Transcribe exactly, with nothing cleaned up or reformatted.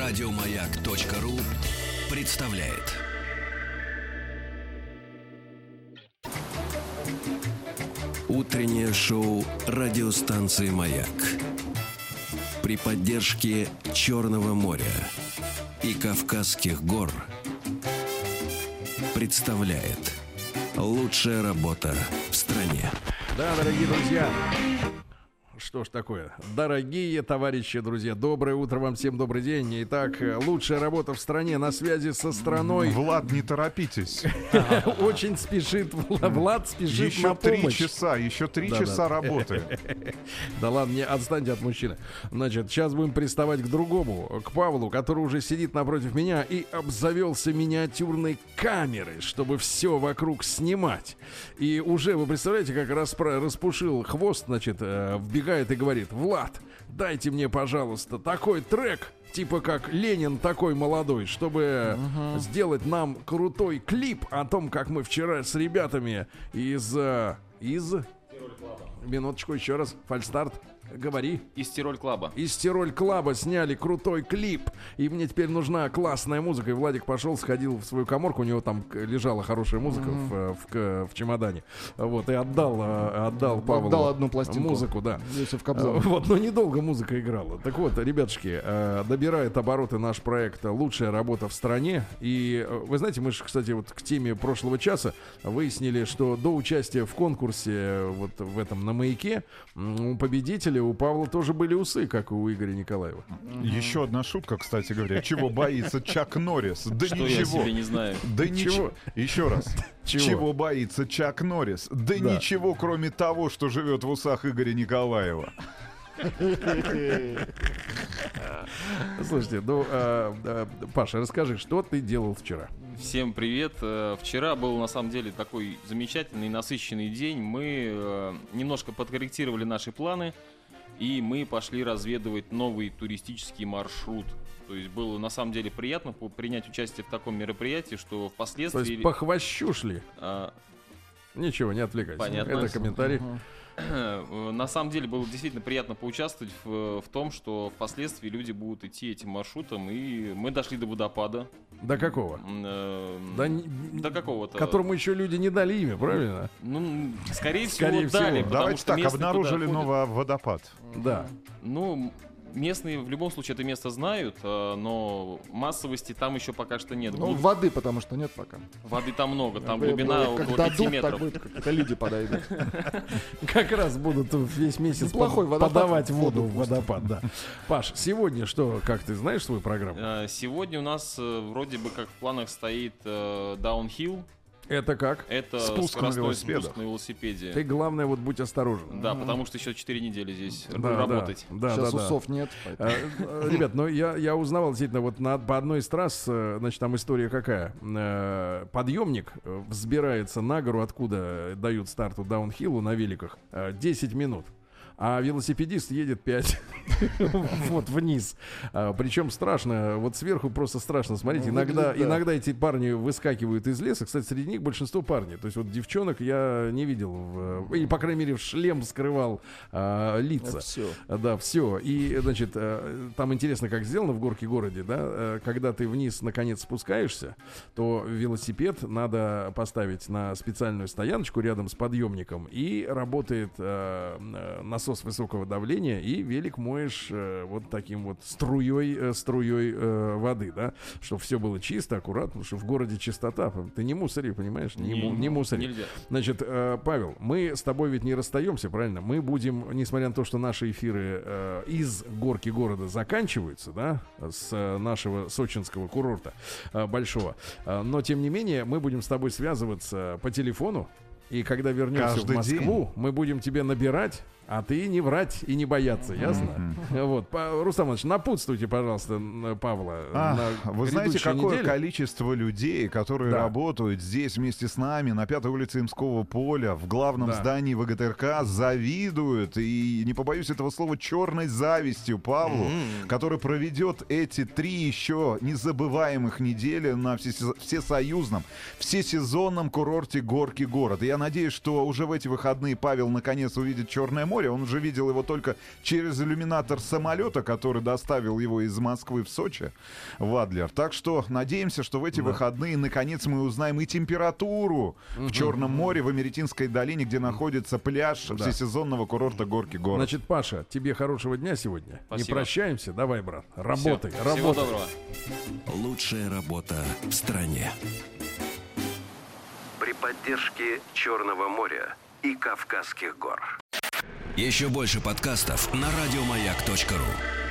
Радиомаяк.ру представляет. Утреннее шоу радиостанции «Маяк» при поддержке Черного моря и Кавказских гор представляет лучшая работа в стране. Да, дорогие друзья. Что ж такое? Дорогие товарищи, друзья, доброе утро вам всем, добрый день. Итак, лучшая работа в стране, на связи со страной. Влад, не торопитесь. Очень спешит, Влад спешит еще на помощь. Еще три часа, еще три да, часа да. работы. Да ладно, не отстаньте от мужчины. Значит, сейчас будем приставать к другому, к Павлу, который уже сидит напротив меня и обзавелся миниатюрной камерой, чтобы все вокруг снимать. И уже, вы представляете, как распра- распушил хвост, значит, э, вбегает и говорит: Влад, дайте мне, пожалуйста, такой трек, типа как Ленин такой молодой, чтобы uh-huh. сделать нам крутой клип о том, как мы вчера с ребятами из... из... Минуточку, еще раз, фальстарт. Говори. Из Тироль Клаба. Из Тироль Клаба сняли крутой клип. И мне теперь нужна классная музыка. И Владик пошел, сходил в свою каморку. У него там лежала хорошая музыка mm-hmm. в, в, в чемодане. Вот, и отдал, отдал Павлу отдал одну пластинку. Музыку, да. Если в Кобзон. Вот, но недолго музыка играла. Так вот, ребятушки, добирает обороты наш проект «Лучшая работа в стране». И вы знаете, мы же, кстати, вот к теме прошлого часа выяснили, что до участия в конкурсе вот в этом на «Маяке» у победителя у Павла тоже были усы, как и у Игоря Николаева. Еще одна шутка, кстати говоря. Чего боится Чак Норрис? Да что ничего. Я себе не знаю. Да ничего. Еще раз. Чего? Чего боится Чак Норрис? Да, Да ничего, кроме того, что живет в усах Игоря Николаева. Слушайте, ну, э, э, Паша, расскажи, что ты делал вчера? Всем привет. Вчера был на самом деле такой замечательный, насыщенный день. Мы э, немножко подкорректировали наши планы, и мы пошли разведывать новый туристический маршрут. То есть было на самом деле приятно принять участие в таком мероприятии, что впоследствии... То есть по хвощу шли? А... Ничего, не отвлекайся. Понятно. Это комментарий. На самом деле было действительно приятно поучаствовать в, в том, что впоследствии люди будут идти этим маршрутом, и мы дошли до водопада. До какого? Э, до, до какого-то. Которому еще люди не дали имя, правильно? Ну, скорее, скорее всего, дали. всего. Давайте так, обнаружили новый водопад. Да. Ну... Местные в любом случае это место знают, но массовости там еще пока что нет. Ну, воды, потому что нет пока. Воды там много, там как глубина как около дадут, пяти метров. Так будет, какие-то люди подойдут. Как раз будут весь месяц Неплохой под, водопад, подавать воду воду в водопад. Да. Паш, сегодня что, как ты знаешь свою программу? Сегодня у нас вроде бы как в планах стоит даунхилл. Это как? Это спуск на велосипедах. Спуск на велосипеде. Ты, главное, вот будь осторожен. Да, потому что еще четыре недели здесь да, работать. Да, да, Сейчас да, усов да. нет. А, ребят, ну я, я узнавал действительно, вот на, по одной из трасс, значит, там история какая. Подъемник взбирается на гору, откуда дают старту даунхиллу на великах, десять минут. А велосипедист едет пять вот вниз. А, причем страшно, вот сверху просто страшно. Смотрите, ну, иногда, выглядит, да. иногда эти парни выскакивают из леса. Кстати, среди них большинство парней. То есть вот девчонок я не видел. В, или, по крайней мере, в шлем скрывал а, лица. Все. Да, все. И, значит, а, там интересно, как сделано в горке-городе, да. А, когда ты вниз, наконец, спускаешься, то велосипед надо поставить на специальную стояночку рядом с подъемником. И работает а, насос высокого давления, и велик моешь э, вот таким вот струей, э, струей э, воды, да, чтобы все было чисто, аккуратно, потому что в городе чистота. Ты не мусори, понимаешь? Не, не, не мусори. Нельзя. Значит, э, Павел, мы с тобой ведь не расстаемся, правильно? Мы будем, несмотря на то, что наши эфиры э, из горки города заканчиваются, да, с э, нашего сочинского курорта э, большого, э, но тем не менее мы будем с тобой связываться по телефону, и когда вернемся Каждый в Москву, день. мы будем тебе набирать, а ты не врать и не бояться, ясно? Mm-hmm. Вот, Рустам Иванович, напутствуйте, пожалуйста, Павла. А, на вы знаете, какое неделе? количество людей, которые да. работают здесь вместе с нами на Пятой улице Имского поля, в главном да. здании ВГТРК, завидуют, и не побоюсь этого слова, черной завистью Павлу, mm-hmm. который проведет эти три еще незабываемых недели на всесоюзном, всесезонном курорте Горки город. И я надеюсь, что уже в эти выходные Павел наконец увидит Черное море. Он уже видел его только через иллюминатор самолета, который доставил его из Москвы в Сочи, в Адлер. Так что надеемся, что в эти да. выходные наконец мы узнаем и температуру угу. в Черном море, в Америтинской долине, где находится пляж да. всесезонного курорта Горки Город. Значит, Паша, тебе хорошего дня сегодня. Спасибо. Не прощаемся. Давай, брат, работай. Все. работай. Всего доброго. Лучшая работа в стране. При поддержке Черного моря и Кавказских гор. Еще больше подкастов на радиомаяк точка ру.